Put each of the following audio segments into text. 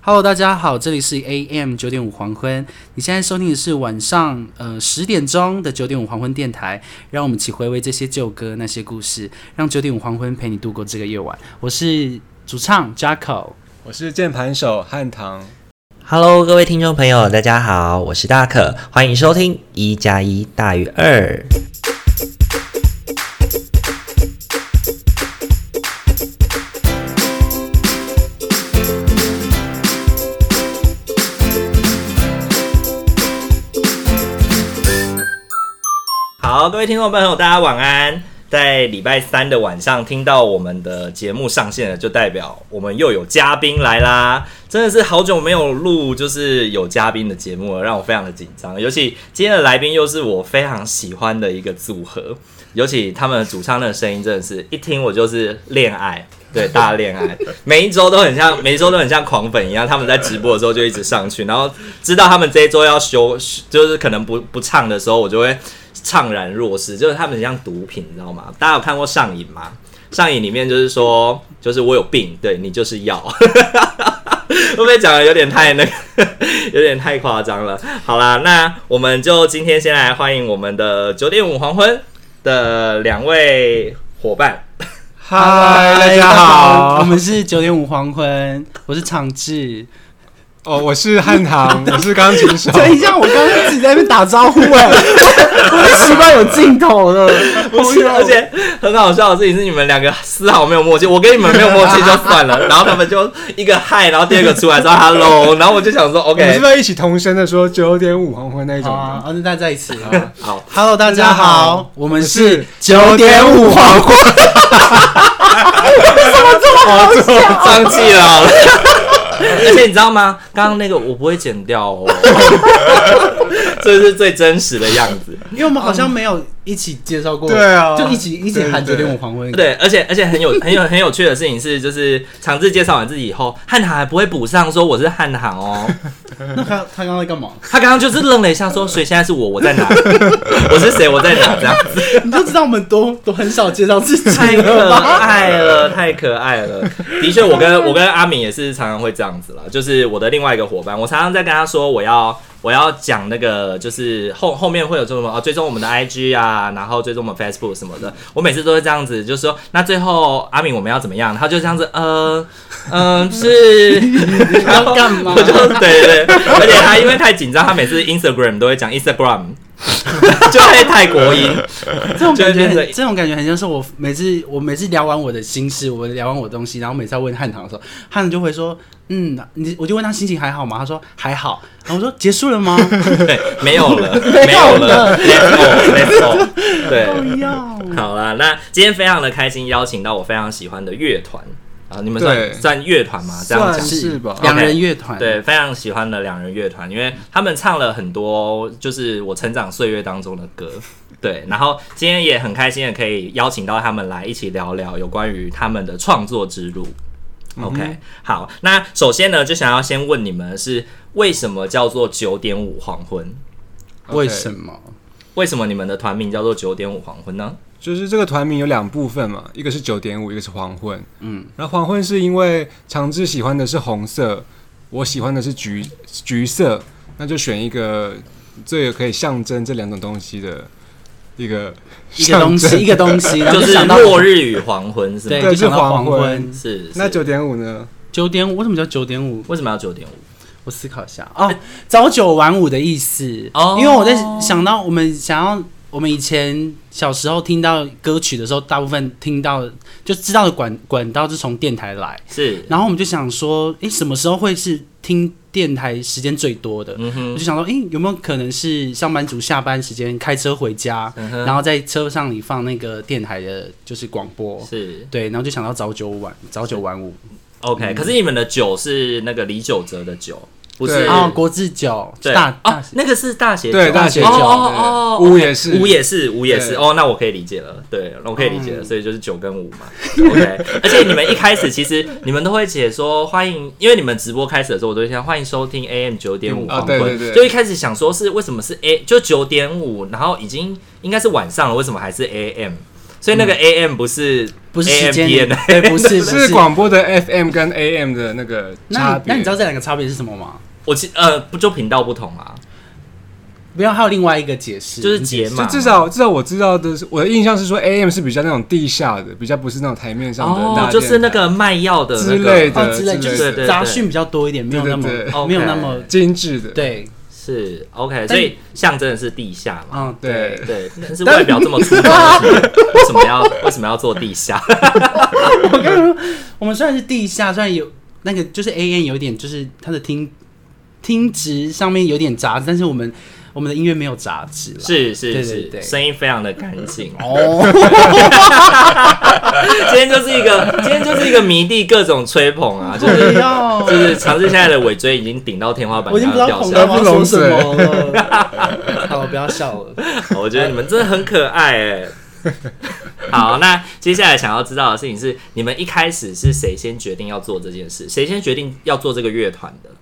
Hello， 大家好，这里是 AM 9.5黄昏。你现在收听的是晚上10点钟的9.5黄昏电台，让我们一起回味这些旧歌那些故事，让9.5黄昏陪你度过这个夜晚。我是主唱 Jacko， 我是键盘手汉唐。 Hello， 各位听众朋友，大家好，我是大可，欢迎收听1+1大于2。好，各位听众朋友，大家晚安。在礼拜三的晚上听到我们的节目上线了，就代表我们又有嘉宾来啦！真的是好久没有录就是有嘉宾的节目了，让我非常的紧张。尤其今天的来宾又是我非常喜欢的一个组合，尤其他们的主唱的声音真的是一听我就是恋爱，对，大恋爱，每一周都很像狂粉一样。他们在直播的时候就一直上去，然后知道他们这一周要休，就是可能不唱的时候，我就会怅然若失，就是他们很像毒品，你知道吗？大家有看过上瘾吗？上瘾里面就是说，就是我有病，对你就是药，会不会讲的有点太有点太夸张了？好啦，那我们就今天先来欢迎我们的9.5黄昏的两位伙伴。 嗨，大家好， 我们是9.5黄昏，我是常志。 我是汉唐，我是钢琴手。 等一下，我刚刚自己在那边打招呼我是习惯有镜头了。 不是，而且很好笑的事情是，你们两个丝毫没有默契。我跟你们没有默契就算了，然后他们就一个嗨，然后第二个出来说 hello， 然后我就想说 OK， 我们是不是一起同声的说9.5黄昏那一种的？ 那大家在一起。 好 ，Hello， 大家好，我们是9.5黄昏。为什么这么好笑？ 放弃了。而且你知道吗？刚刚那个我不会剪掉哦，这是最真实的样子。 因为我们好像没有一起介绍过， 对啊， 就一起喊9.5黄昏。 对，而且很有趣的事情是，就是常志介绍完自己以后，汉唐还不会补上说我是汉唐哦。 那他刚刚在干嘛？ 他刚刚就是愣了一下说，所以现在是我在哪？我是谁？我在哪？这样子， 你就知道我们都很少介绍自己， 太可爱了，太可爱了。的确，我跟阿敏也是常常会这样子啦，就是我的另外一个伙伴，我常常在跟他说我要讲那个，就是后面会有这种追踪我们的 IG 啊，然后追踪我们 Facebook 什么的，我每次都会这样子，就是说那最后阿敏我们要怎么样？他就这样子，是要干嘛？ 我就对，而且他因为太紧张，他每次 Instagram 都会讲 Instagram。就会泰国音， 这种感觉很像是我每次聊完我的心事，我聊完我的东西，然后每次要问汉唐的时候，汉唐就会说，我就问他心情还好吗？他说还好，然后我说结束了吗？ 对，没有了，Let's go， 对，好啦，那今天非常的开心，邀请到我非常喜欢的乐团。你们算乐团吗？这样讲是吧？ 两人乐团， 对，非常喜欢的两人乐团，因为他们唱了很多就是我成长岁月当中的歌，对。然后今天也很开心的可以邀请到他们来一起聊聊有关于他们的创作之路。OK， 好，那首先呢，就想要先问你们是为什么叫做9.5黄昏？ 为什么？ 为什么你们的团名叫做9.5黄昏呢？ 就是这个团名有2部分嘛，一个是9.5，一个是黄昏。然后黄昏是因为常志喜欢的是红色，我喜欢的是橘色，那就选一个最可以象征这2种东西的一个东西， 就是落日与黄昏，是吗？ 对， 是黄昏。 是。 那9.5呢 ？9.5为什么叫9.5？ 为什么要9.5？ 我思考一下朝9晚5的意思。因为我在想到我们以前小时候听到歌曲的时候，大部分听到就知道的管道是从电台来， 是。然后我们就想说，什么时候会是听电台时间最多的？我就想说，有没有可能是上班族下班时间开车回家，然后在车上里放那个电台的，就是广播， 是对，然后就想到朝9晚5。 OK， 可是你们的酒是那个李玖哲的酒。不是国字酒， 对那个是大写酒， 对，大写酒，乌也是， 那我可以理解了，对，我可以理解了，所以就是9跟5嘛 ，OK。而且你们一开始其实你们都会写说欢迎，因为你们直播开始的时候，我都会想欢迎收听 AM 9.5黄昏， 对， 就一开始想说是为什么是就9.5，然后已经应该是晚上了，为什么还是 AM？ 所以那个 AM 不是时间 AM 对，不是是广播的 FM 跟 AM 的那个差别。 那你知道这两个差别是什么吗？ 不就频道不同啊？ 不要，还有另外一个解释， 就是解码。 至少我知道的是，我的印象是说 AM 是比较那种地下的，比较不是那种台面上的就是那个卖药的之类的， 之类，就是杂讯比较多一点，没有那么没有那么精致的。 对， 是 OK， 所以象征的是地下嘛。 对， 但是外表这么粗犷，为什么要做地下？ 我们虽然是地下，虽然有那个就是 AM 有点就是它的听质上面有点杂质，但是我们的音乐没有杂质啦， 是， 对， 声音非常的干净。 哦， 今天就是一个迷弟各种吹捧啊，就是尝试现在的尾椎已经顶到天花板， 我已经不知道捧到要说什么了。好，不要笑了。 我觉得你们真的很可爱哎。好，那接下来想要知道的事情是，你们一开始是谁先决定要做这件事？谁先决定要做这个乐团的？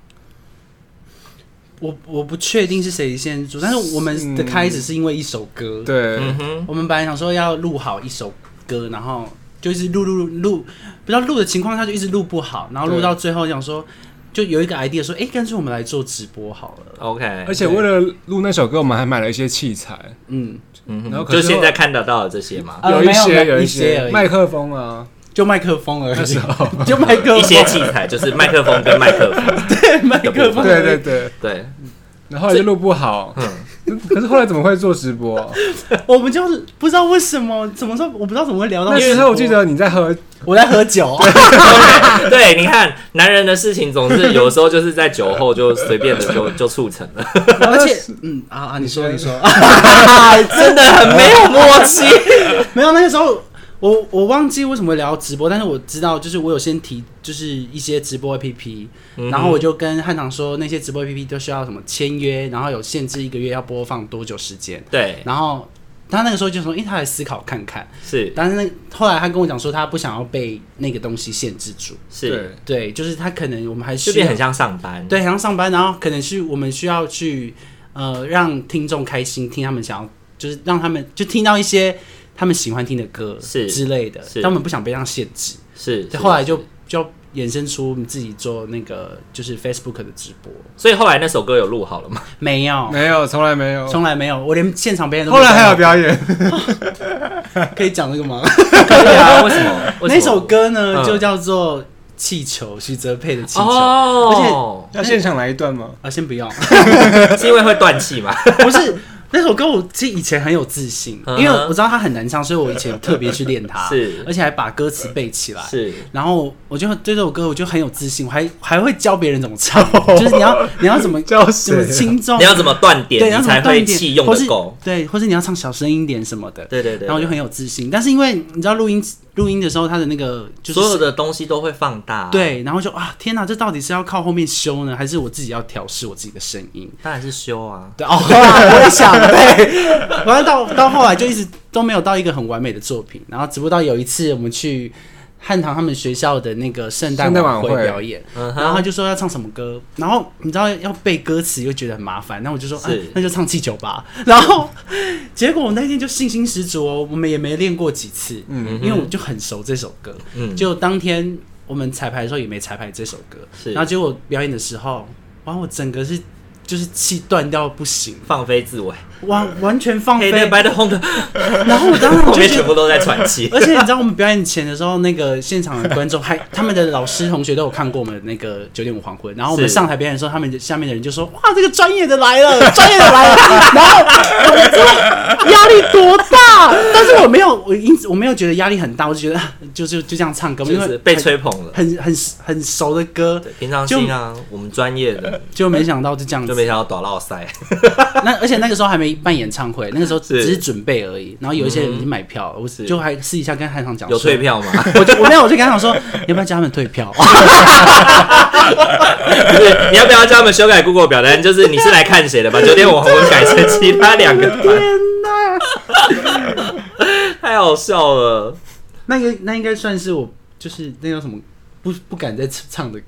我不确定是谁先做，但是我们的开始是因为一首歌。 对， 我们本来想说要录好一首歌，然后就一直录，不知道录的情况下就一直录不好，然后录到最后想说，就有一个 idea 说，干脆我们来做直播好了。 OK， 而且为了录那首歌，我们还买了一些器材。然后就现在看得到的这些嘛， 有一些麦克风啊。 就麦克风而已，就麦克风一些器材，就是麦克风跟麦克风， 对，麦克风， 对。然后就录不好，可是后来怎么会做直播啊？ 我们就不知道为什么，怎么说，我不知道怎么会聊到那时候。我记得你在喝， 我在喝酒。 对，你看，男人的事情总是有的时候就是在酒后就随便的就促成了， 而且你说， 真的很没有默契。 没有那个时候。我忘记为什么会聊到直播，但是我知道，就是我有先提，就是一些直播 APP，然后我就跟汉唐说，那些直播 APP 都需要什么签约，然后有限制1个月要播放多久时间。 对， 然后他那个时候就说，他来思考看看， 是， 但是后来他跟我讲说，他不想要被那个东西限制住， 是， 对，就是他可能我们还需要， 就变很像上班， 对，很像上班，然后可能是我们需要去让听众开心，听他们想要，就是让他们就听到一些。他们喜欢听的歌是之类的，但我们不想被这样限制， 是。 后来就衍生出你自己做那个就是 Facebook 的直播。 所以后来那首歌有录好了吗？ 没有， 从来没有， 我连现场表演都后来还有表演， 可以讲这个吗？ 可以啊，为什么？ 那首歌呢就叫做《气球》，许哲佩的《气球》， 而且要现场来一段吗？ 先不要， 是因为会断气吗？ 不是。那首歌我其实以前很有自信，因为我知道它很难唱，所以我以前特别去练它，而且还把歌词背起来。然后我就对这首歌我就很有自信，我还会教别人怎么唱，就是你要怎么怎么轻重， 你要怎么断点，你才会气用得够， 对，或是你要唱小声音点什么的， 对。 然后我就很有自信，但是因为你知道录音的时候，它的那个就是所有的东西都会放大， 对，然后就天哪，这到底是要靠后面修呢，还是我自己要调试我自己的声音？ 当然是修啊， 对我也想。对，反正到后来就一直都没有到一个很完美的作品，然后直到有一次我们去汉唐他们学校的那个圣诞晚会表演，然后他就说要唱什么歌，然后你知道要背歌词又觉得很麻烦，然后我就说那就唱气球吧，然后结果我那天就信心十足我们也没练过几次，因为我就很熟这首歌，就当天我们彩排的时候也没彩排这首歌，然后结果表演的时候，哇，我整个是。就是气断掉不行， 放飞自我， 完全放飞， 黑的白的红的， 然后我当时后面全部都在喘气。 而且你知道我们表演前的时候，那个现场的观众他们的老师同学都有看过我们的那个9.5黄昏，然后我们上台表演的时候，他们下面的人就说：“哇，这个专业的来了，专业的来了。”然后我知道压力多大，但是我没有觉得压力很大，我就觉得就这样唱歌， 就是被吹捧了， 很熟的歌， 平常心啊，我们专业的， 就没想到就这样子。 没想到打落赛， 而且那个时候还没办演唱会，那个时候只是准备而已。然后有一些人已经买票了，我就还私底下跟汉唐讲， 有退票吗？ 我就跟他讲说，要不要叫他们退票？ 不是，你要不要叫他们修改 Google 表单？就是你是来看谁的，把9.5黄昏改成其他2个团。 天哪， 太好笑了。 那应该算是我就是那叫什么不敢再唱的歌。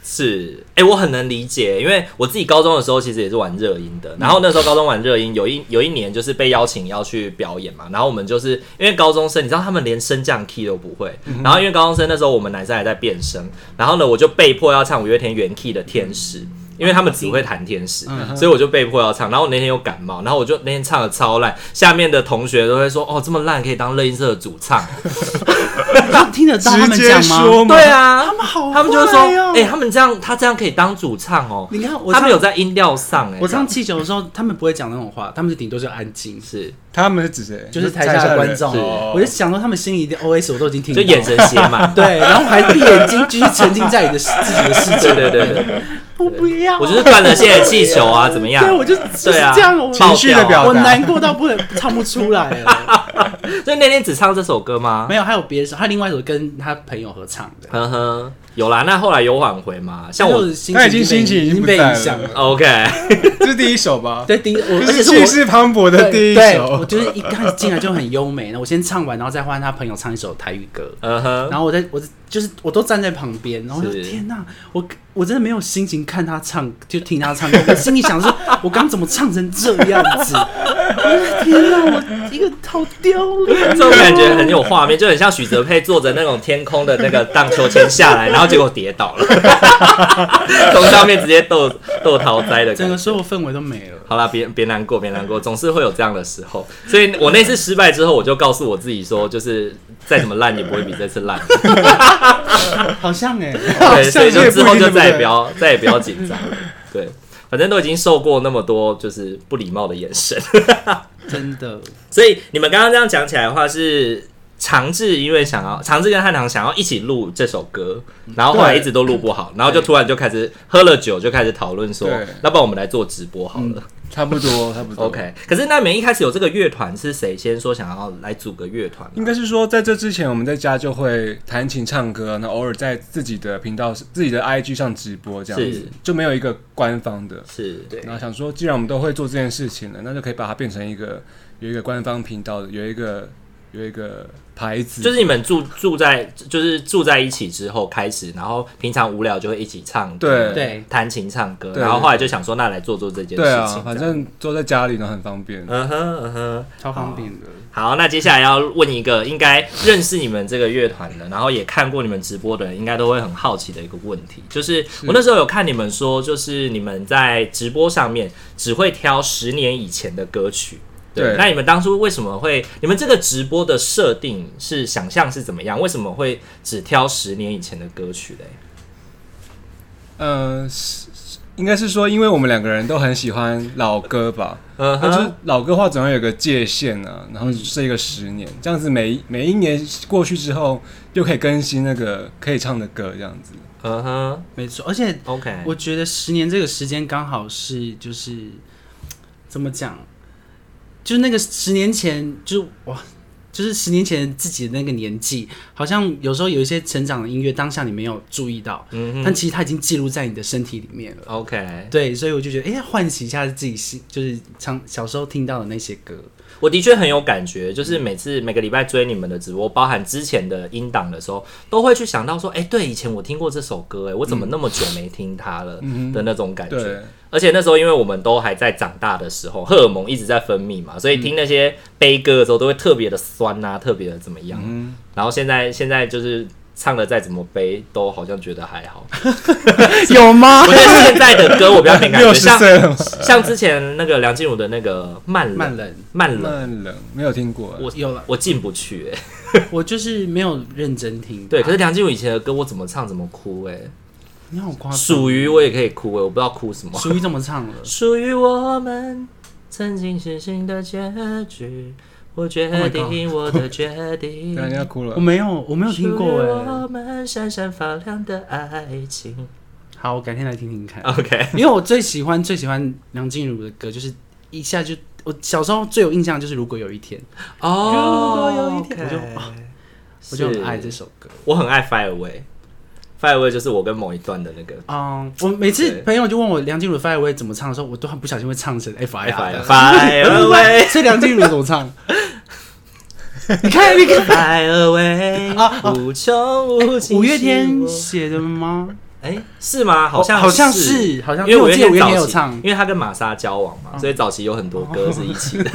是，我很能理解，因为我自己高中的时候其实也是玩热音的，然后那时候高中玩热音，有一年就是被邀请要去表演嘛，然后我们就是因为高中生，你知道他们连升降 key 都不会，然后因为高中生那时候我们男生还在变声，然后呢我就被迫要唱五月天原 key 的天使。因为他们只会弹天使，所以我就被迫要唱。然后我那天又感冒，然后我就那天唱的超烂，下面的同学都会说：“哦，这么烂可以当热音社的主唱。” 听得到他们讲吗？ 对啊， 他们好， 他们就说：“他们他这样可以当主唱哦。” 你看， 他们有在音调上我唱气球的时候，他们不会讲那种话，他们顶多就安静。 是， 他们是指谁？ 就是台下的观众。我就想说，他们心里的 OS 我都已经听到， 就眼神写满， 对，然后还闭眼睛，继续沉浸在自己的世界。 对。 我不要， 我就是断了线的气球啊，怎么样？ 对，我就是这样， 情绪的表达， 我难过到不能唱不出来了。 所以那天只唱这首歌吗？ 没有，还有别的首，还有另外一首跟他朋友合唱的。 呵呵，有啦。那后来有挽回吗？像我， 他心情已经被影响了。 OK， 这是第一首吧？ 对， 而且是气势磅礴的第一首。 我就是一开始进来就很优美，我先唱完，然后再换他朋友唱一首台语歌。然后我都站在旁边，然后我就天哪，我真的没有心情看他唱，就听他唱歌。我心里想说，我刚怎么唱成这样子？天哪，我一个好丢脸。 这种感觉很有画面，就很像许哲佩坐着那种天空的那个荡秋千下来，然后结果跌倒了，从上面直接斗桃灾的感觉， 整个所有氛围都没了。 好啦，别难过，别难过，总是会有这样的时候。所以我那次失败之后，我就告诉我自己说，就是再怎么烂也不会比这次烂。 好像对，所以就之后就再也不要紧张了。对，反正都已经受过那么多就是不礼貌的眼神， 真的。 所以你们刚刚这样讲起来的话是。长治因为长治跟汉唐想要一起录这首歌，然后后来一直都录不好，然后就突然就开始喝了酒，就开始讨论说，要不然我们来做直播好了。 差不多。 OK， 可是那你们一开始有这个乐团是谁先说想要来组个乐团？ 应该是说在这之前我们在家就会弹琴唱歌，那偶尔在自己的频道、自己的 IG 上直播这样子，就没有一个官方的。 是，对。 然后想说，既然我们都会做这件事情了，那就可以把它变成有一个官方频道的，有一个牌子， 就是你们住在一起之后开始，然后平常无聊就会一起唱歌， 对， 弹琴唱歌，然后后来就想说，那来做这件事情。 对啊，反正坐在家里呢很方便， 超方便的。 好，那接下来要问一个应该认识你们这个乐团的，然后也看过你们直播的人，应该都会很好奇的一个问题，就是我那时候有看你们说，就是你们在直播上面只会挑10年以前的歌曲。对，那你们当初为什么会？你们这个直播的设定是想象是怎么样？为什么会只挑10年以前的歌曲嘞？ 应该是说，因为我们两个人都很喜欢老歌吧。就是老歌的话，总要有个界限啊，然后设一个10年，这样子每一年过去之后，就可以更新那个可以唱的歌，这样子。 没错，而且 OK， 我觉得10年这个时间刚好是就是怎么讲？就是那个10年前，就是10年前自己的那个年纪，好像有时候有一些成长的音乐，当下你没有注意到，但其实它已经记录在你的身体里面了。 OK， 对，所以我就觉得，唤起一下自己就是小时候听到的那些歌。 我的确很有感觉，就是每个礼拜追你们的直播，包含之前的音档的时候，都会去想到说，对，以前我听过这首歌，我怎么那么久没听它了的那种感觉。而且那时候，因为我们都还在长大的时候，荷尔蒙一直在分泌嘛，所以听那些悲歌的时候，都会特别的酸啊，特别的怎么样。然后现在就是唱的再怎么悲，都好像觉得还好。 有吗？ 我觉得现在的歌我比较没感觉，像之前那个梁静茹的那个慢冷， 没有听过。 我进不去我就是没有认真听。 对，可是梁静茹以前的歌，我怎么唱怎么哭你好夸张！ 属于我也可以哭我不知道哭什么。 属于怎么唱了？ 属于我们曾经实行的结局，我决定我的决定。 人家哭了， 我没有听过属于我们闪闪发亮的爱情。 好，我改天来听听看。 OK， 因为我最喜欢梁静茹的歌，就是一下就我小时候最有印象就是如果有一天。如果有一天，我就很爱这首歌。 我很爱 Fire Away。Fire Away 就是我跟某一段的那个。 我每次朋友就问我梁静茹的 Fire Away 怎么唱的时候，我都很不小心会唱成 Fire Away。 所以梁静茹怎么唱？你看 Fire Away 无穷无尽。 五月天写的吗？ 是吗？好像是， 因为我记得五月早期天有唱， 因为他跟玛莎交往嘛，所以早期有很多歌是一起的。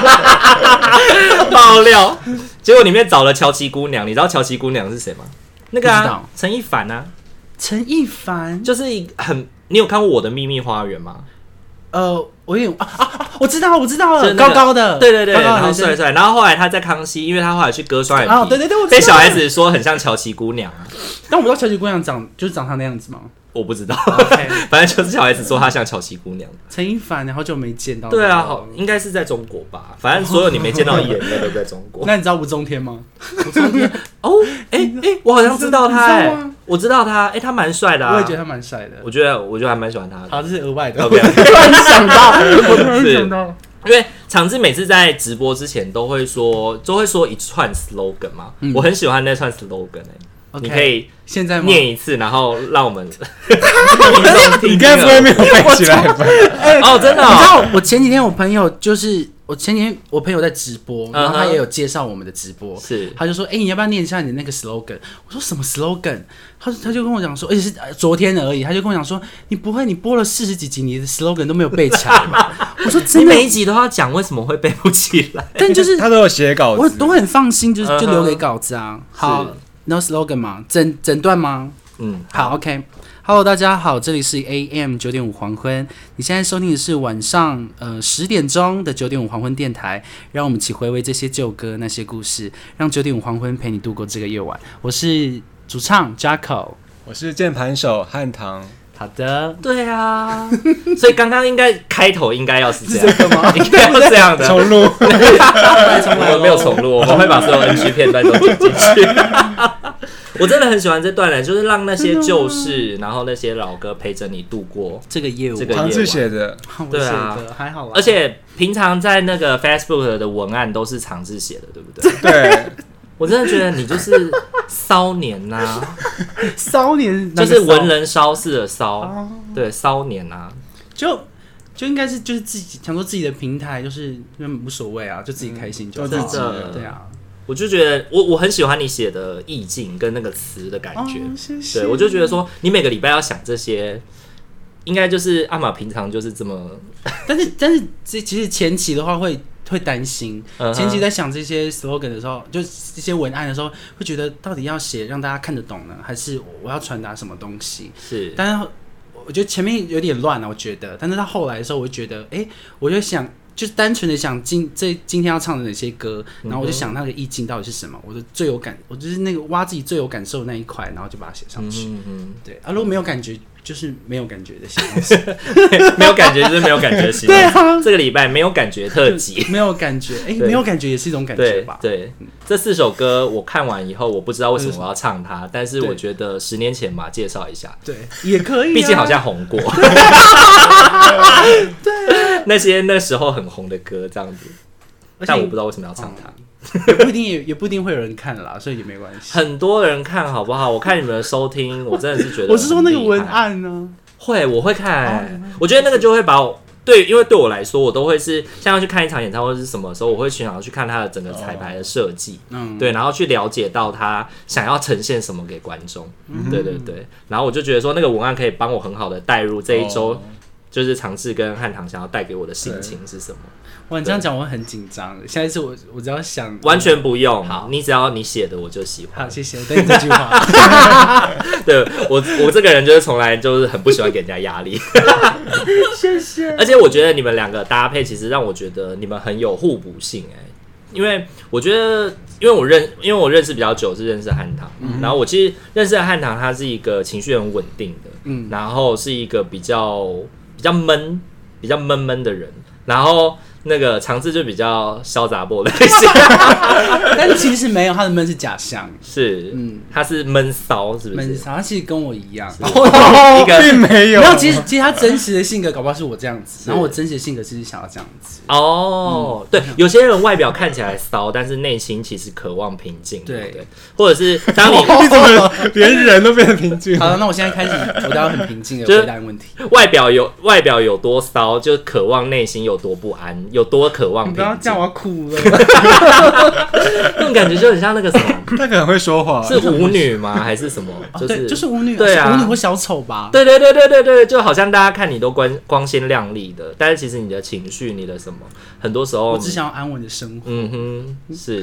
爆料，结果里面找了乔琪姑娘，你知道乔琪姑娘是谁吗？那个陈亦凡啊， 陈亦凡就是你有看过《我的秘密花园》吗？ 我有我知道了， 高高的， 对，然后帅帅，然后后来他在康熙，因为他后来去割双眼皮， 对， 被小孩子说很像乔琪姑娘啊。 但我不知道乔琪姑娘长她那样子吗？ 我不知道，反正就是小孩子说她像乔琪姑娘。 陈亦凡好久没见到， 对啊，应该是在中国吧。反正所有你没见到的艺人应该都在中国。 那你知道吴宗天吗？ 吴宗天我好像知道他我知道他他蛮帅的啊。 我也觉得他蛮帅的， 我觉得还蛮喜欢他的。 好，这是额外的。 OK， 突然想到， 因为场子每次在直播之前都会说一串 slogan 嘛，我很喜欢那串 slogan你可以现在念一次，然后让我们你该不会没有背起来吧？ 真的你知道我前几天我朋友在直播，然后他也有介绍我们的直播， 是他就说你要不要念一下你的那个 slogan？ 我说什么 slogan？ 他就跟我讲说，而且是昨天而已，他就跟我讲说，你不会你播了40几集，你的 slogan 都没有背起来吧？我说真的， 你每一集都要讲，为什么会背不起来？ 但就是他都有写稿子， 我都很放心，就留给稿子啊。好 ，no slogan 吗？整段吗？好 ，OK。Hello， 大家好，这里是 AM 9.5黄昏。你现在收听的是晚上10点钟的9.5黄昏电台，让我们一起回味这些旧歌那些故事，让9.5黄昏陪你度过这个夜晚。我是主唱 Jacko， 我是键盘手汉唐。 好的， 对啊，所以刚刚应该开头应该要是这样， 是这个吗？ 应该要这样的。 重录， 我们没有重录，我们会把所有 NG 片段都剪进去。我真的很喜欢这段呢，就是让那些旧事，然后那些老歌陪着你度过这个夜晚。 唐志写的， 对啊， 还好啦。 而且平常在那个 Facebook 的文案都是常志写的，对不对？ 对。 我真的觉得你就是骚年呐， 骚年就是文人骚事的骚，对，骚年啊， 就应该是就是自己想说自己的平台就是无所谓啊，就自己开心就好。 真的， 对啊。 我就觉得我很喜欢你写的意境跟那个词的感觉， 谢谢。 对，我就觉得说你每个礼拜要想这些，应该就是阿玛平常就是这么， 但是其实前期的话会担心，前期在想这些 slogan 的时候，就这些文案的时候，会觉得到底要写让大家看得懂呢，还是我要传达什么东西？ 是， 但是我觉得前面有点乱了，我觉得，但是到后来的时候，我就觉得，我就想。就是单纯的想今天要唱的哪些歌，然后我就想那个意境到底是什么，我的最有感，我就是那个挖自己最有感受的那一块，然后就把它写上去。对啊，如果没有感觉，就是没有感觉的形式， 没有感觉就是没有感觉的形式。 对啊， 这个礼拜没有感觉特辑， 没有感觉，没有感觉也是一种感觉吧？ 对，这4首歌我看完以后，我不知道为什么我要唱它，但是我觉得10年前嘛，介绍一下， 对，也可以， 毕竟好像红过。对，那时候很红的歌这样子，但我不知道为什么要唱它。 也不一定会有人看啦，所以也没关系。 很多人看好不好？我看你们的收听，我真的是觉得我是说那个文案呢， 我会看，我觉得那个就会把我因为对我来说，我都会是像要去看一场演唱会是什么时候，我会想要去看他的整个彩排的设计，对，然后去了解到他想要呈现什么给观众，对，然后我就觉得说那个文案可以帮我很好的带入这一周。就是常志跟汉唐想要带给我的心情是什么？ 哇，你这样讲我会很紧张。下一次我只要想， 完全不用，好，你只要你写的我就喜欢。 好，谢谢，等你这句话。 对我这个人就是从来就是很不喜欢给人家压力。 谢谢。 而且我觉得你们两个搭配，其实让我觉得你们很有互补性因为我觉得，因为我认识比较久，是认识汉唐，然后我其实认识的汉唐，他是一个情绪很稳定的，然后是一个比较闷的人，然后那个常志就比较潇洒波类型， 但其实没有，他的闷是假象， 是，他是闷骚，是不是？ 闷骚，他其实跟我一样， 一个并没有。 然后其实他真实的性格搞不好是我这样子，然后我真实的性格其实想要这样子。 对，有些人外表看起来骚，但是内心其实渴望平静，对，或者是当你怎么连人都变得平静？ 好了，那我现在开始，我都要很平静的回答问题。 外表有多骚，就渴望内心有多不安。 有多渴望平静。 你不要这样，我要哭了。 那种感觉就很像那个什么， 他可能会说话， 是舞女吗？还是什么？ 就是舞女， 对啊， 舞女或小丑吧。 对，就好像大家看你都光鲜亮丽的，但是其实你的情绪、你的什么，很多时候我只想要安稳的生活。 是。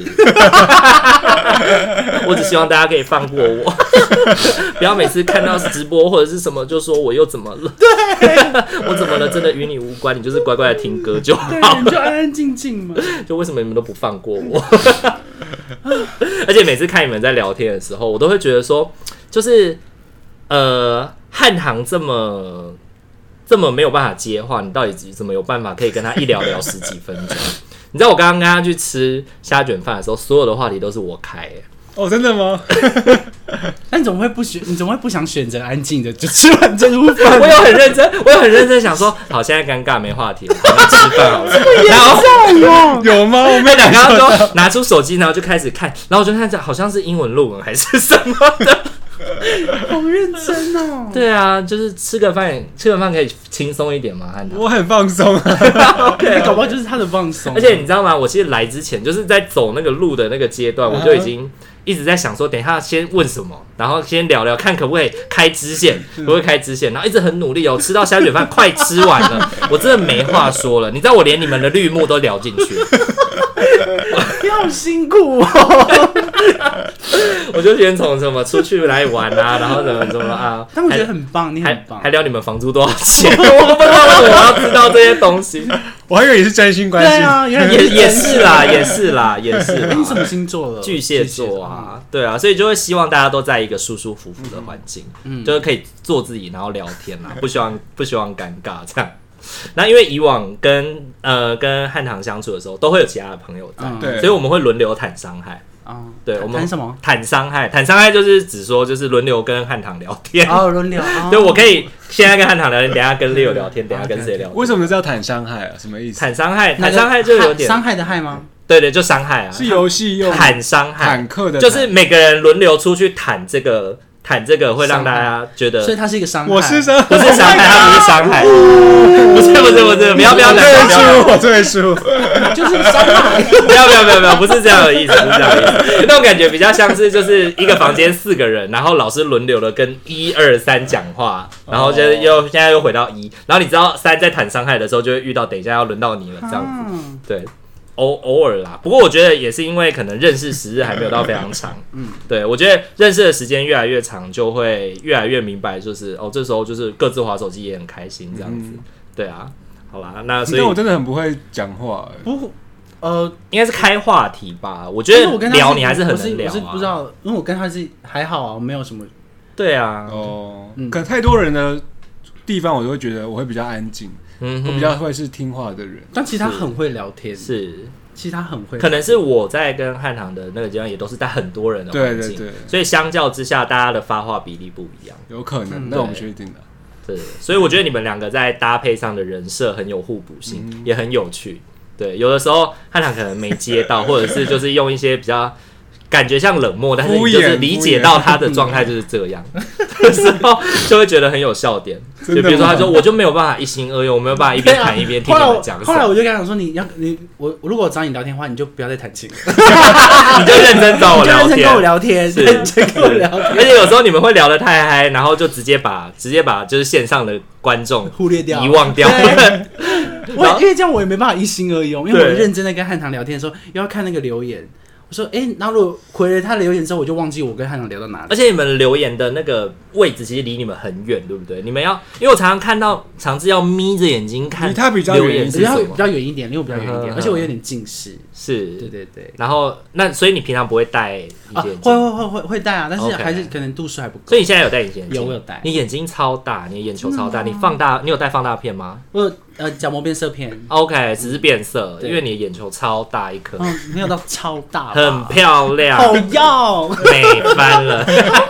我只希望大家可以放过我，不要每次看到直播或者是什么就说我又怎么了？对，我怎么了？真的与你无关，你就是乖乖的听歌就好了， 你就安安静静嘛。 就为什么你们都不放过我？而且每次看你们在聊天的时候，我都会觉得说，就是汉唐这么没有办法接话，你到底怎么有办法可以跟他一聊十几分钟？你知道我刚刚跟他去吃虾卷饭的时候，所有的话题都是我开哦，真的吗？ 那你怎么会不想选择安静的就吃完这顿饭？ 我有很认真想说，好，现在尴尬没话题了，我们吃饭好了。然后有吗？我没两个都拿出手机，然后就开始看，然后我就看着好像是英文论文还是什么的。 好认真哦！ 对啊，就是吃个饭可以轻松一点嘛，汉唐。 我很放松啊 ，okay, 搞不好就是他的放松。 而且你知道吗？我其实来之前就是在走那个路的那个阶段，我就已经一直在想说，等一下先问什么，然后先聊聊看可不可以开支线，可不可以开支线，然后一直很努力哦，吃到虾卷饭快吃完了，我真的没话说了。你知道我连你们的绿幕都聊进去了。 你好辛苦哦！ 我就先从什么出去来玩啊，然后怎么啊？ 但我觉得很棒，你很棒， 还聊你们房租多少钱？我不知道为什么我要知道这些东西。 我还以为你是真心关心。 对啊， 也是啦。你什么星座了？ 巨蟹座啊，对啊，所以就会希望大家都在一个舒舒服服的环境，就是可以做自己，然后聊天啦，不希望尴尬这样。那因为以往跟汉唐相处的时候，都会有其他的朋友在，所以我们会轮流谈伤害。对，我们谈什么？ 谈伤害就是指说就是轮流跟汉唐聊天。 轮流。 对，我可以现在跟汉唐聊天，等一下跟 Leo 聊天，等一下跟谁聊天？ 为什么叫谈伤害啊？什么意思？ 谈伤害就有点伤害的害吗？ 对，就伤害啊， 是游戏用谈伤害， 坦克的， 就是每个人轮流出去谈这个会让大家觉得， 所以它是一个伤害。 我是伤害， 不是伤害，它不是伤害，不是，不要我最输， 就是伤害。 不要，不是这样的意思，那种感觉比较像是就是一个房间4个人，然后老师轮流的跟1、2、3讲话，然后就现在又回到1，然后你知道3在谈伤害的时候就会遇到，等一下要轮到你了这样子，对。偶尔啦，不过我觉得也是因为可能认识时日还没有到非常长，对，我觉得认识的时间越来越长，就会越来越明白，就是这时候就是各自滑手机也很开心这样子，对啊，好啦，那所以我真的很不会讲话， 应该是开话题吧，我觉得聊你还是很能聊啊， 我是不知道，因为我跟他是还好啊，没有什么， 对啊， 可能太多人的地方，我就会觉得我会比较安静。我比较会是听话的人， 但其实他很会聊天，其实他很会， 可能是我在跟汉唐的那个阶段也都是在很多人的环境，对，所以相较之下，大家的发话比例不一样， 有可能，那我们确定的， 对，所以我觉得你们两个在搭配上的人设很有互补性，也很有趣，对，有的时候汉唐可能没接到，或者是就是用一些比较感觉像冷漠，但是你就是理解到他的状态就是这样的时候，就会觉得很有笑点。就比如说，他说我就没有办法一心二用，我没有办法一边谈一边听你们讲。 后来我就跟他讲说，我如果找你聊天的话，你就不要再弹琴了， 你就认真找我聊天， 认真跟我聊天，认真跟我聊天。 而且有时候你们会聊得太嗨，然后就直接把就是线上的观众忽略掉、 遗忘掉。 因为这样我也没办法一心二用，因为我认真在跟汉唐聊天的时候，又要看那个留言。我说，然后如果回了他的留言之后，我就忘记我跟汉唐聊到哪里。 而且你们留言的那个位置其实离你们很远，对不对？你们要，因为我常常看到常志要眯着眼睛看， 离他比较远， 比较远一点，离我比较远一点，而且我有点近视。 是， 对。 然后所以你平常不会戴隐形眼镜？ 会戴啊，但是还是可能度数还不够。 所以你现在有戴隐形眼镜？ 有戴。 你眼睛超大，你的眼球超大，你放大，你有戴放大片吗？ 我角膜变色片。 OK， 只是变色，因为你的眼球超大一颗。 没有到超大。 很漂亮。 好要。 美翻了。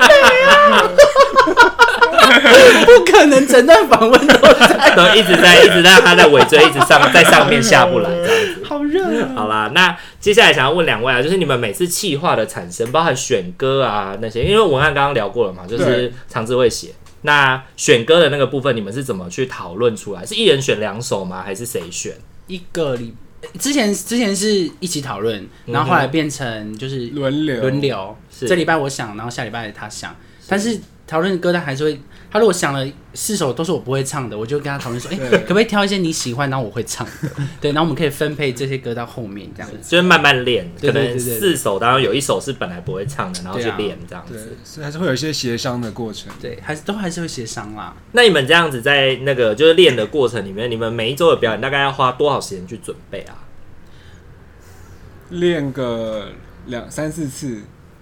不可能，整段访问都一直在他在尾椎一直在上面下不来这样子。 好热。 好啦，那接下来想要问两位啊，就是你们每次企划的产生，包含选歌啊那些，因为文案刚刚聊过了嘛，就是常志会写。那选歌的那个部分，你们是怎么去讨论出来？是一人选2首吗？还是谁选？ 一个礼之前是一起讨论，然后后来变成就是轮流。 这礼拜我想，然后下礼拜他想，但是讨论歌单还是会，他如果想了4首都是我不会唱的，我就跟他讨论说，可不可以挑一些你喜欢，然后我会唱的，对，然后我们可以分配这些歌到后面这样子， 就是慢慢练， 可能4首当中有1首是本来不会唱的，然后去练这样子， 对，还是会有一些协商的过程， 对，还是会协商啦。 那你们这样子在那个就是练的过程里面，你们每一周的表演大概要花多少时间去准备啊？ 练个3-4次。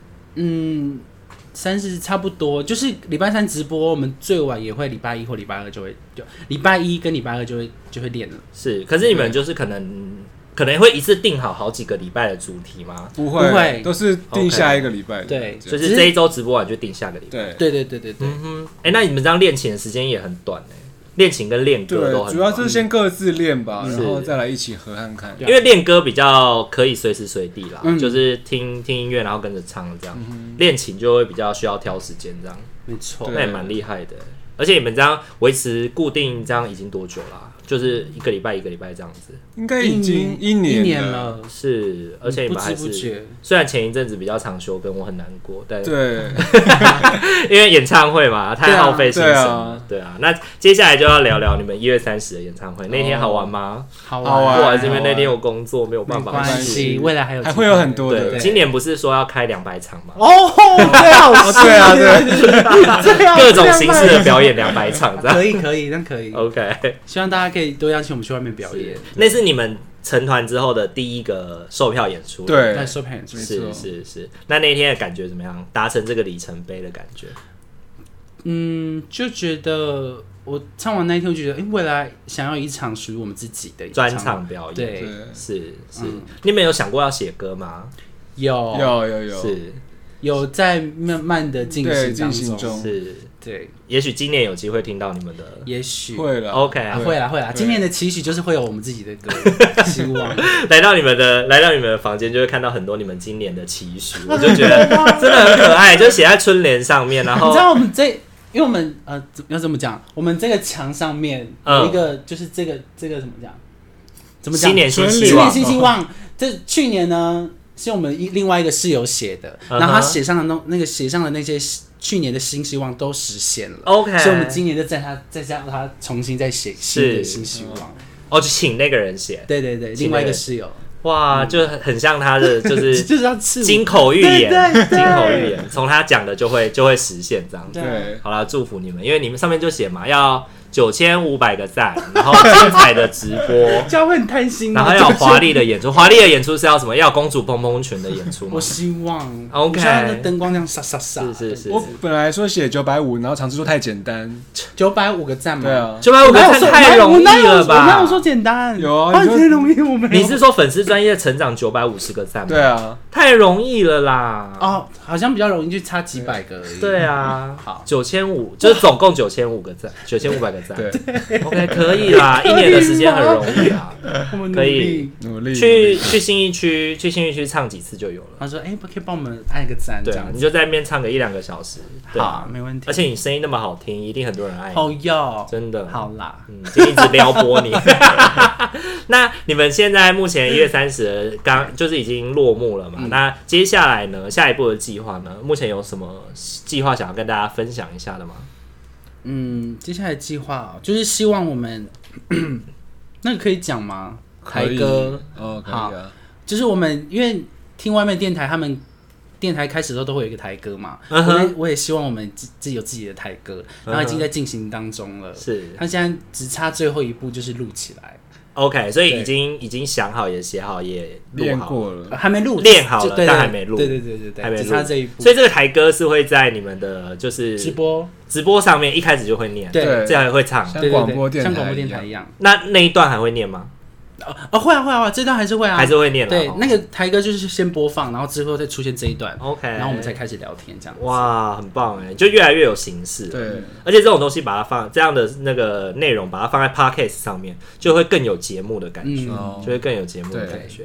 3次差不多，就是礼拜3直播，我们最晚也会礼拜1或礼拜2就会，礼拜1跟礼拜2就会练了。 是，可是你们就是可能会一次定好几个礼拜的主题吗？ 不会，都是定下一个礼拜。 对， 就是这一周直播完就定下个礼拜。 对。 那你们这样练琴的时间也很短练琴跟练歌都很短。 主要是先各自练吧，然后再来一起合看看。 因为练歌比较可以随时随地啦，就是听音乐然后跟着唱这样。练琴就会比较需要挑时间这样。 没错， 那也蛮厉害的。而且你们这样维持固定这样已经多久啦？就是一个礼拜这样子， 应该已经1年了。 是，而且你们还是虽然前一阵子比较常休更，我很难过，但对， 因为演唱会嘛，太耗费心神了。对啊，那接下来就要聊聊你们1月30的演唱会，那天好玩吗？ 好玩。 过来这边那天有工作，没有办法。 没关系，未来还会有很多的。 今年不是说要开200场吗？ 最好是对， 各种形式的表演200场，这样可以，那可以。 OK， 希望大家可以多邀请我们去外面表演。 那是你们成团之后的第一个售票演出， 对， 售票演出是。那天的感觉怎么样？达成这个里程碑的感觉？ 就觉得我唱完那一天，我觉得，未来想要一场属于我们自己的专场表演。 对， 是。你们有想过要写歌吗？ 有， 是有在慢慢的进行中， 是。 对， 也许今年有机会听到你们的， 也许会了 ，OK， 会啦。今年的期许就是会有我们自己的歌，希望来到你们的房间，就会看到很多你们今年的期许，我就觉得真的很可爱，就写在春联上面。然后你知道我们因为我们要怎么讲？我们这个墙上面有一个，就是这个怎么讲？ 新年新希望。这去年呢，是我们另外一个室友写的，然后他写上的那些去年的新希望都实现了。 OK， 所以我们今年就再让他重新再写新的新希望。 就请那个人写。 对，另外一个室友。 哇，就很像他的就是要金口玉言，金口玉言，从他讲的就会实现这样子。 对， 好啦，祝福你们，因为你们上面就写嘛，要9500个赞，然后精彩的直播， 这样会很贪心。 然后要有华丽的演出，华丽的演出是要什么？要公主蓬蓬裙的演出吗？ 我希望 OK， 像灯光这样洒。 是。 我本来说写950，然后场次说太简单 ，950个赞嘛。 对啊 ，950个赞太容易了吧？ 我哪有说简单？ 有啊， 太容易。我没有。 你是说粉丝专业成长950个赞吗？ 对啊， 太容易了啦。 好像比较容易，就差几百个而已。 对啊， 好 ，9500就是总共9500个赞，9500个赞。对。OK， 可以啦，1年的时间很容易啊，可以努力去信义区唱几次就有了。 他说：“可以帮我们按一个赞，这样你就在那边唱个1-2个小时， 好，没问题。 而且你声音那么好听，一定很多人爱你。 好哟， 真的好啦， 就一直撩拨你。那你们现在目前1月30刚就是已经落幕了嘛？那接下来呢？下一步的计划呢？目前有什么计划想要跟大家分享一下的吗？” 接下来计划就是希望我们那个可以讲吗？台歌可以啊。 就是我们因为听外面电台，他们电台开始的时候都会有一个台歌嘛。我也希望我们自己有自己的台歌，然后已经在进行当中了。 是， 他现在只差最后一步，就是录起来。 OK， 所以已经想好，也写好，也练过了， 还没录， 练好了，但还没录。 对，还没录，只差这一步。 所以这个台歌是会在你们的就是直播上面一开始就会念， 对， 这样会唱， 像广播电台一样。 那一段还会念吗？ 会啊，这段还是会啊， 还是会念。 对，那个台歌就是先播放，然后之后再出现这一段 ，OK， 然后我们再开始聊天，这样。 哇，很棒哎，就越来越有形式。 对， 而且这种东西把它放这样的那个内容，把它放在 Podcast 上面，就会更有节目的感觉，就会更有节目的感觉。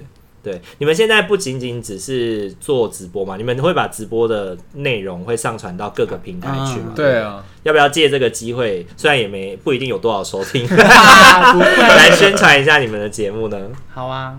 对，你们现在不仅仅只是做直播嘛，你们会把直播的内容会上传到各个平台去嘛？ 对啊， 要不要借这个机会？虽然也不一定有多少收听，来宣传一下你们的节目呢？ 好啊，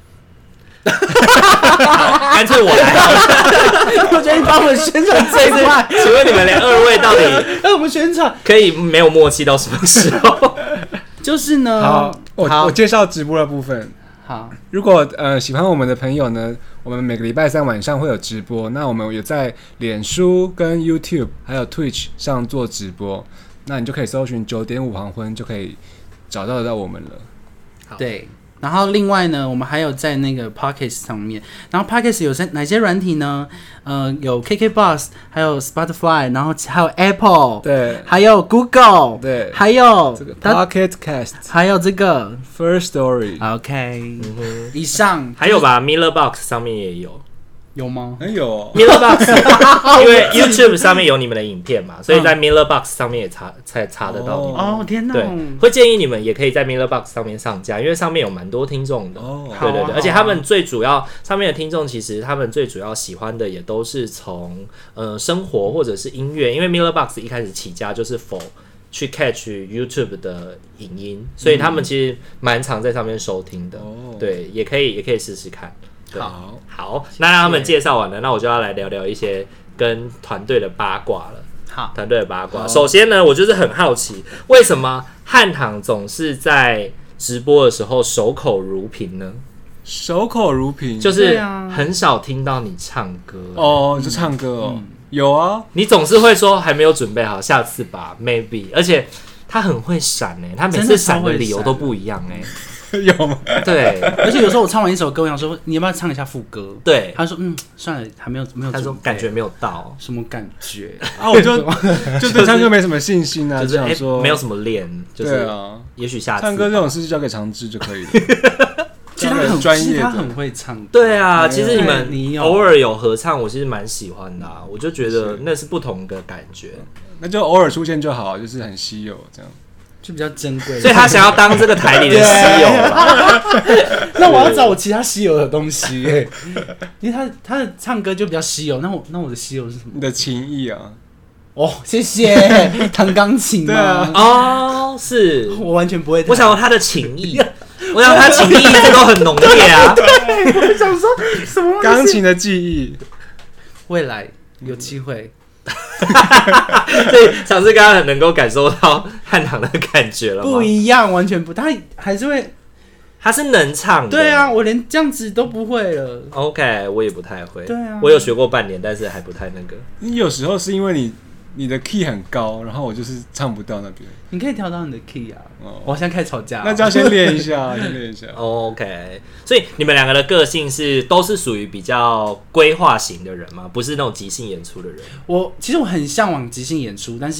干脆我来好了。 我觉得你帮我们宣传这一块。 请问你们二位到底我们宣传可以没有默契到什么时候？ 就是呢， 好，我介绍直播的部分。 好， 如果喜欢我们的朋友呢，我们每个礼拜三晚上会有直播。那我们有在脸书、跟 YouTube 还有 Twitch 上做直播，那你就可以搜寻9.5黄昏，就可以找到得到我们了。 对。然后另外呢，我们还有在那个 Podcast 上面，然后 Podcast 有哪些软体呢？有 KKBox， 还有 Spotify， 然后还有 Apple， 对， 还有 Google， 对， 还有这个 Pocket Cast， 还有这个 First Story。OK， 以上还有吧 ，Miller Box 上面也有。 有吗？ 有、哦、 Miller Box， 因为 YouTube 上面有你们的影片嘛，所以在 Miller Box 上面也才查得到你们。 哦天哪！ 对，会建议你们也可以在 Miller Box 上面上架，因为上面有蛮多听众的。对对对，而且他们最主要上面的听众，其实他们最主要喜欢的也都是从生活或者是音乐，因为 Miller Box 一开始起家就是去 catch YouTube 的影音，所以他们其实蛮常在上面收听的。对，也可以试试看。好，那让他们介绍完了，那我就要来聊聊一些跟团队的八卦了。 好， 团队的八卦。首先呢，我就是很好奇，为什么汉唐总是在直播的时候守口如瓶呢？ 守口如瓶， 就是很少听到你唱歌。 哦，就唱歌哦，有啊， 你总是会说还没有准备好，下次吧 ，maybe。而且他很会闪他每次闪的理由都不一样有吗？ 对， 而且有时候我唱完一首歌，我想说你要不要唱一下副歌？ 对， 他说算了，还没有。 他说感觉没有到， 什么感觉啊？我就对唱歌没什么信心啊， 就是说没有什么练，就是也许下次唱歌这种事就交给长治就可以了。 其实他很专业，他很会唱歌。 对啊，其实你们偶尔有合唱，我其实蛮喜欢的啊，我就觉得那是不同的感觉。 那就偶尔出现就好，就是很稀有这样。 就比较珍贵， 所以他想要当这个台里的稀有啦。 那我要找我其他稀有的东西因为他的唱歌就比较稀有。那我的稀有是什么？ 你的情谊啊！ 哦，谢谢。弹钢琴吗？ 对啊。 哦，是我完全不会弹。 我想说他的情谊，我想他情谊一直都很浓烈啊。 对，我想说什么钢琴的记忆， 未来有机会。 所以尝试刚刚很能够感受到汉唐的感觉了吗？ 不一样，完全不，他还是会， 他是能唱的。 对啊，我连这样子都不会了。 OK， 我也不太会。 对啊， 我有学过半年，但是还不太那个。 你有时候是因为你的 key 很高，然后我就是唱不到那边。 你可以调到你的 key 啊。我现在开始吵架， 那就要先练一下，先练一下。 OK， 所以你们两个的个性都是属于比较规划型的人吗？不是那种即兴演出的人？ 其实我很向往即兴演出，但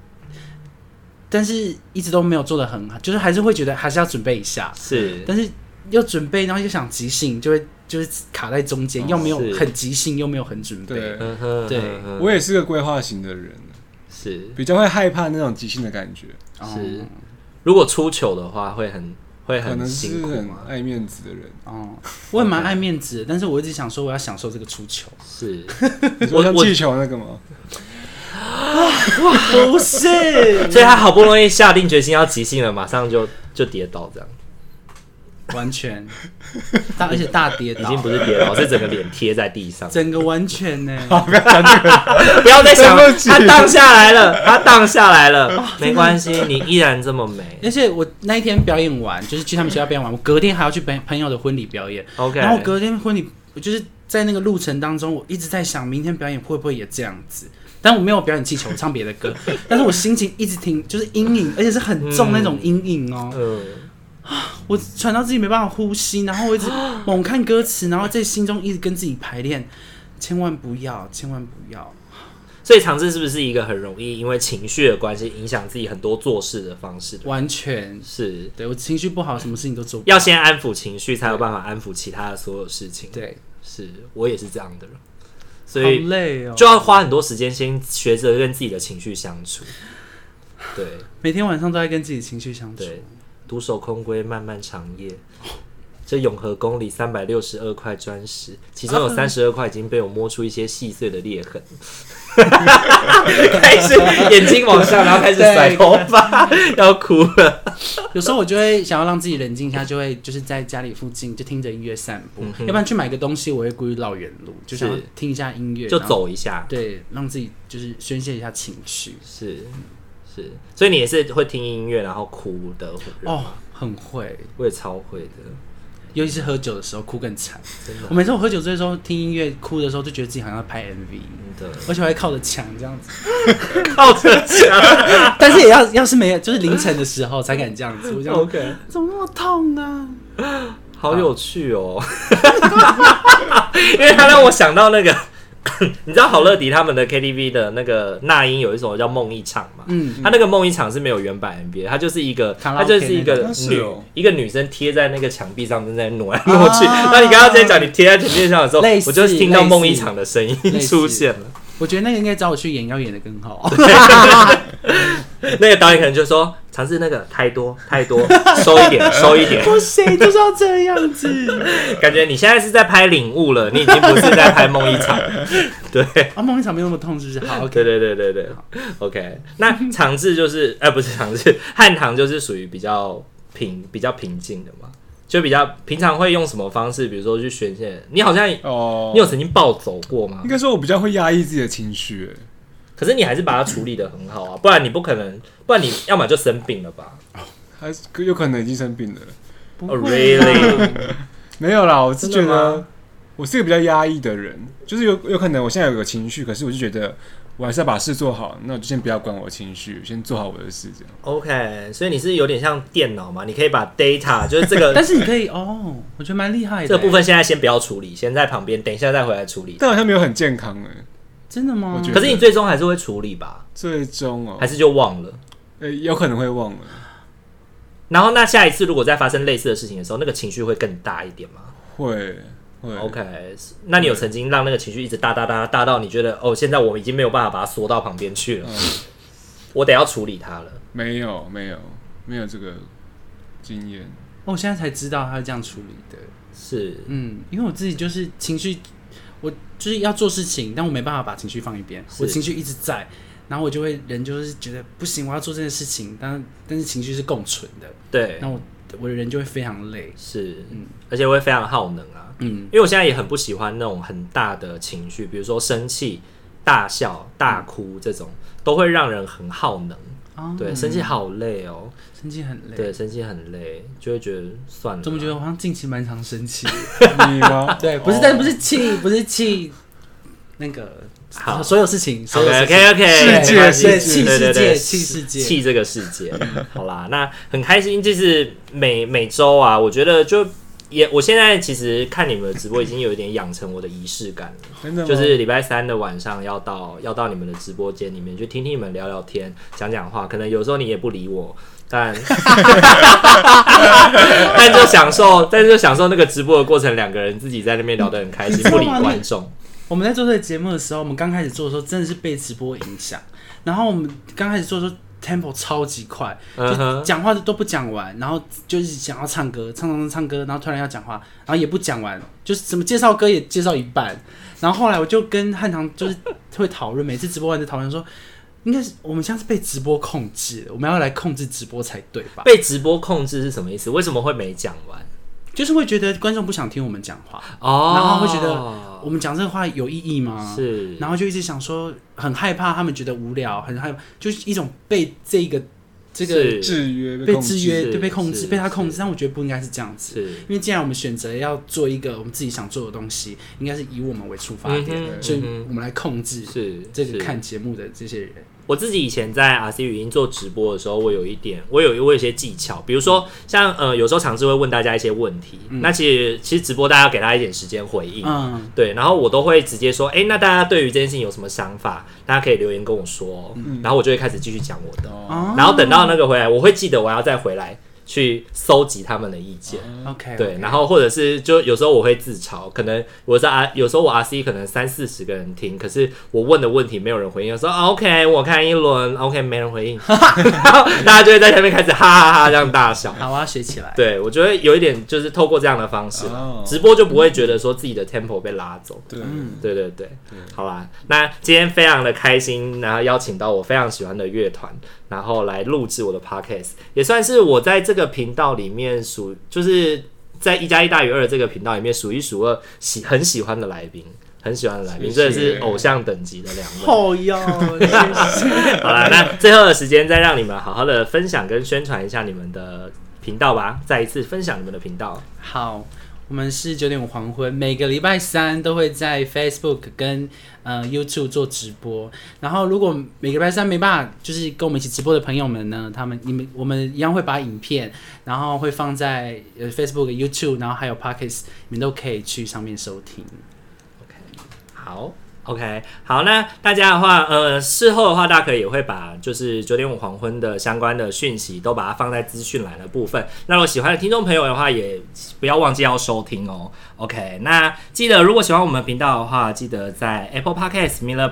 是一直都没有做得很好，就是还是会觉得还是要准备一下。 是， 但是又准备，然后又想即兴，就是卡在中间，又没有很即兴，又没有很准备。 对，我也是个规划型的人， 是比较会害怕那种即兴的感觉。 是，如果出糗的话，会很可能辛苦是很爱面子的人。 我也蛮爱面子的，但是我一直想说我要享受这个出糗。 是， 你说像气球那个吗？ 不是， 所以他好不容易下定决心要即兴了，马上就跌倒这样。 完全而且大跌倒， 已经不是跌倒，是整个脸贴在地上， 整个完全呢。 好，不要讲这个， 不要再想，他荡下来了，没关系，你依然这么美。 而且我那一天表演完，就是去他们学校表演完，我隔天还要去朋友的婚礼表演。 OK， 然后隔天婚礼，我就是在那个路程当中，我一直在想，明天表演会不会也这样子？但我没有表演气球，唱别的歌，但是我心情一直听，就是阴影，而且是很重那种阴影哦。我喘到自己没办法呼吸，然后我一直猛看歌词，然后在心中一直跟自己排练，千万不要，千万不要。 所以尝试是不是一个很容易因为情绪的关系影响自己很多做事的方式？ 完全是， 对我情绪不好，什么事情都做不好。 要先安抚情绪，才有办法安抚其他的所有事情。 对， 是我也是这样的人，所以好累哦， 就要花很多时间先学着跟自己的情绪相处。对， 每天晚上都在跟自己情绪相处。 对，独守空闺，漫漫长夜。 这永和宫里362块砖石，其中有32块已经被我摸出一些细碎的裂痕。开始眼睛往上，然后开始甩头发，要哭了。 有时候我就会想要让自己冷静一下，就会就是在家里附近就听着音乐散步，要不然去买个东西，我会故意绕远路，就想要听一下音乐， 就走一下， 对，让自己就是宣泄一下情绪。 是，所以你也是会听音乐然后哭的人哦，很会， 我也超会的。 尤其是喝酒的时候哭更惨，真的。我每次我喝酒醉的时候听音乐哭的时候，就觉得自己好像在拍 MV， 而且我还靠着墙这样子， 靠着墙。 但是也要是没有，就是凌晨的时候才敢这样子。我这样 OK， 怎么那么痛啊？ 好有趣哦，因为他让我想到那个。你知道好乐迪他们的 KTV 的那个那英有一首叫《梦一场》嘛？他那个梦一场是没有原版 MV， 它就是一个一个女生贴在那个墙壁上正在挪来挪去。那你刚刚在讲你贴在墙壁上的时候，我就听到梦一场的声音出现了。 我觉得那个应该找我去演，要演得更好。 那个导演可能就说：“尝试那个太多，收一点。” 不行，就是要这样子。 感觉你现在是在拍领悟了，你已经不是在拍梦一场。对啊，梦一场没有那么痛，是不是？好， okay， 对 ，OK。那长治就是不是长治，汉唐就是属于比较平静的嘛。就比较平常会用什么方式，比如说去宣泄？你好像你有曾经暴走过吗？ 应该说我比较会压抑自己的情绪， 可是你还是把它处理得很好啊，不然你不可能，不然你要么就生病了吧？ 还是有可能已经生病了。 Oh really？ 没有啦，我是觉得我是一个比较压抑的人，就是有可能我现在有个情绪，可是我就觉得我还是要把事做好，那我就先不要管我的情绪，先做好我的事这样。 OK， 所以你是有点像电脑嘛？你可以把 data 就是这个， 但是你可以哦，我觉得蛮厉害的。 这个部分现在先不要处理，先在旁边，等一下再回来处理。 但好像没有很健康真的吗？ 可是你最终还是会处理吧？ 最终还是就忘了？ 有可能会忘了。 然后那下一次如果再发生类似的事情的时候，那个情绪会更大一点吗？ 会。 OK， 那你有曾经让那个情绪一直大到你觉得现在我已经没有办法把它缩到旁边去了，我得要处理它了？ 没有这个经验。 我现在才知道他是这样处理的。 是， 因为我自己就是情绪，我就是要做事情，但我没办法把情绪放一边，我情绪一直在，然后我就会人就是觉得不行，我要做这件事情，但是情绪是共存的， 对， 那我的人就会非常累， 是，而且会非常耗能啊。因为我现在也很不喜欢那种很大的情绪，比如说生气、大笑、大哭这种，都会让人很耗能。对，生气好累哦， 生气很累， 对，生气很累，就会觉得算了。 怎么觉得我好像近期蛮常生气？ 你吗？ 对，不是，但不是气，那个所有事情 ，OK， 世界， 气这个世界。好啦，那很开心，就是每周啊，我觉得就。我现在其实看你们的直播已经有一点养成我的仪式感了， 真的吗？ 就是礼拜三的晚上要到你们的直播间里面去听听你们聊聊天、讲话。可能有时候你也不理我，但就享受那个直播的过程，两个人自己在那边聊得很开心，不理观众。 我们在做这个节目的时候，我们刚开始做的时候真的是被直播影响，然后我们刚开始做的时候。tempo 超级快，就讲话都不讲完，然后就是想要唱歌，唱歌，然后突然要讲话，然后也不讲完，就是什么介绍歌也介绍一半，然后后来我就跟汉唐就是会讨论，每次直播完就讨论说，应该是我们现在是被直播控制，我们要来控制直播才对吧？ 被直播控制是什么意思？为什么会没讲完？ 就是会觉得观众不想听我们讲话，然后会觉得我们讲这个话有意义吗？ 是， 然后就一直想说，很害怕他们觉得无聊，很害怕，就是一种被这个制约， 被制约，对，被控制，被他控制。但我觉得不应该是这样子，因为既然我们选择要做一个我们自己想做的东西，应该是以我们为出发点，所以我们来控制这个看节目的这些人。 我自己以前在 RC 语音做直播的时候，我有一些技巧，比如说像有时候尝试会问大家一些问题，那其实直播大家要给他一点时间回应，对，然后我都会直接说，那大家对于这件事情有什么想法，大家可以留言跟我说，然后我就会开始继续讲我的，然后等到那个回来，我会记得我要再回来去搜集他们的意见。 OK， 对，然后或者是就有时候我会自嘲，可能有时候我 RC 可能30-40个人听，可是我问的问题没有人回应，我说 OK 我看一轮 OK 没人回应，然后大家就会在下面开始哈哈哈这样大笑。 好，我要学起来。 对，我觉得有一点就是透过这样的方式，直播就不会觉得说自己的 tempo 被拉走。对，好啦，那今天非常的开心，然后邀请到我非常喜欢的乐团，然后来录制我的 podcast， 也算是我在这个频道里面就是在1+1大于2这个频道里面数一数二很喜欢的来宾。很喜欢的来宾，真的是偶像等级的2位。 好哟， 好啦，那最后的时间再让你们好好的分享跟宣传一下你们的频道吧，再一次分享你们的频道。 好，我们是9.5黄昏，每个礼拜3都会在 Facebook 跟YouTube 做直播。然后，如果每个礼拜3没办法就是跟我们一起直播的朋友们呢，我们一样会把影片，然后会放在Facebook、YouTube， 然后还有 Podcast， 你们都可以去上面收听。 好 ，OK， 好，那大家的话，事后的话，大可也会把就是9.5黄昏的相关的讯息都把它放在资讯栏的部分。那如果喜欢的听众朋友的话，也不要忘记要收听哦。OK， 那记得如果喜欢我们频道的话，记得在 Apple Podcast、Miller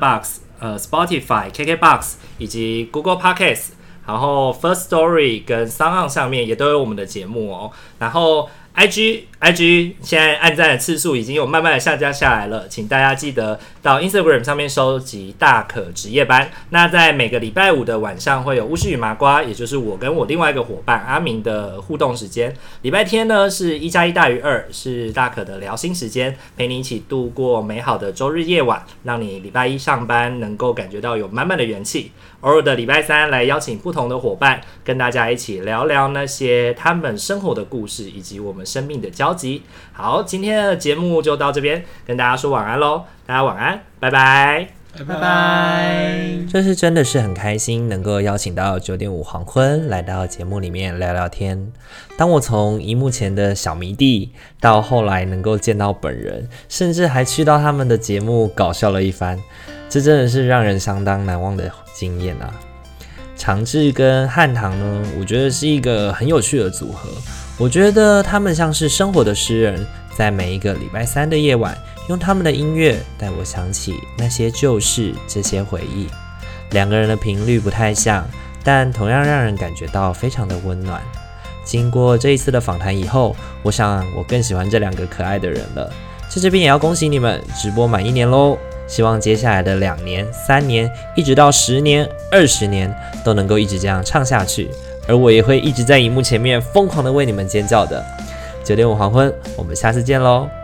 Box、Spotify、KKBox 以及 Google Podcast， 然后 First Story 跟 SoundOn 上面也都有我们的节目哦。然后IG 现在按赞的次数已经有慢慢的下降下来了，请大家记得到 Instagram 上面收集大可值夜班。那在每个礼拜5的晚上会有巫师与麻瓜，也就是我跟我另外一个伙伴阿明的互动时间。礼拜天呢是1+1大于2，是大可的聊心时间，陪你一起度过美好的周日夜晚，让你礼拜1上班能够感觉到有满满的元气。偶尔的礼拜3来邀请不同的伙伴，跟大家一起聊聊那些他们生活的故事，以及我们生命的交集。好，今天的节目就到这边，跟大家说晚安咯，大家晚安，拜拜， 拜拜。 这次真的是很开心，能够邀请到9.5黄昏来到节目里面聊聊天。当我从荧幕前的小迷弟，到后来能够见到本人，甚至还去到他们的节目搞笑了一番，这真的是让人相当难忘的经验啊。长治跟汉唐呢，我觉得是一个很有趣的组合。我觉得他们像是生活的诗人，在每一个礼拜3的夜晚，用他们的音乐带我想起那些旧事，这些回忆。2个人的频率不太像，但同样让人感觉到非常的温暖。经过这一次的访谈以后，我想我更喜欢这2个可爱的人了。在这边也要恭喜你们直播满1年咯，希望接下来的2年、3年，一直到10年、20年，都能够一直这样唱下去。而我也会一直在荧幕前面疯狂的为你们尖叫的。9.5黄昏，我们下次见咯。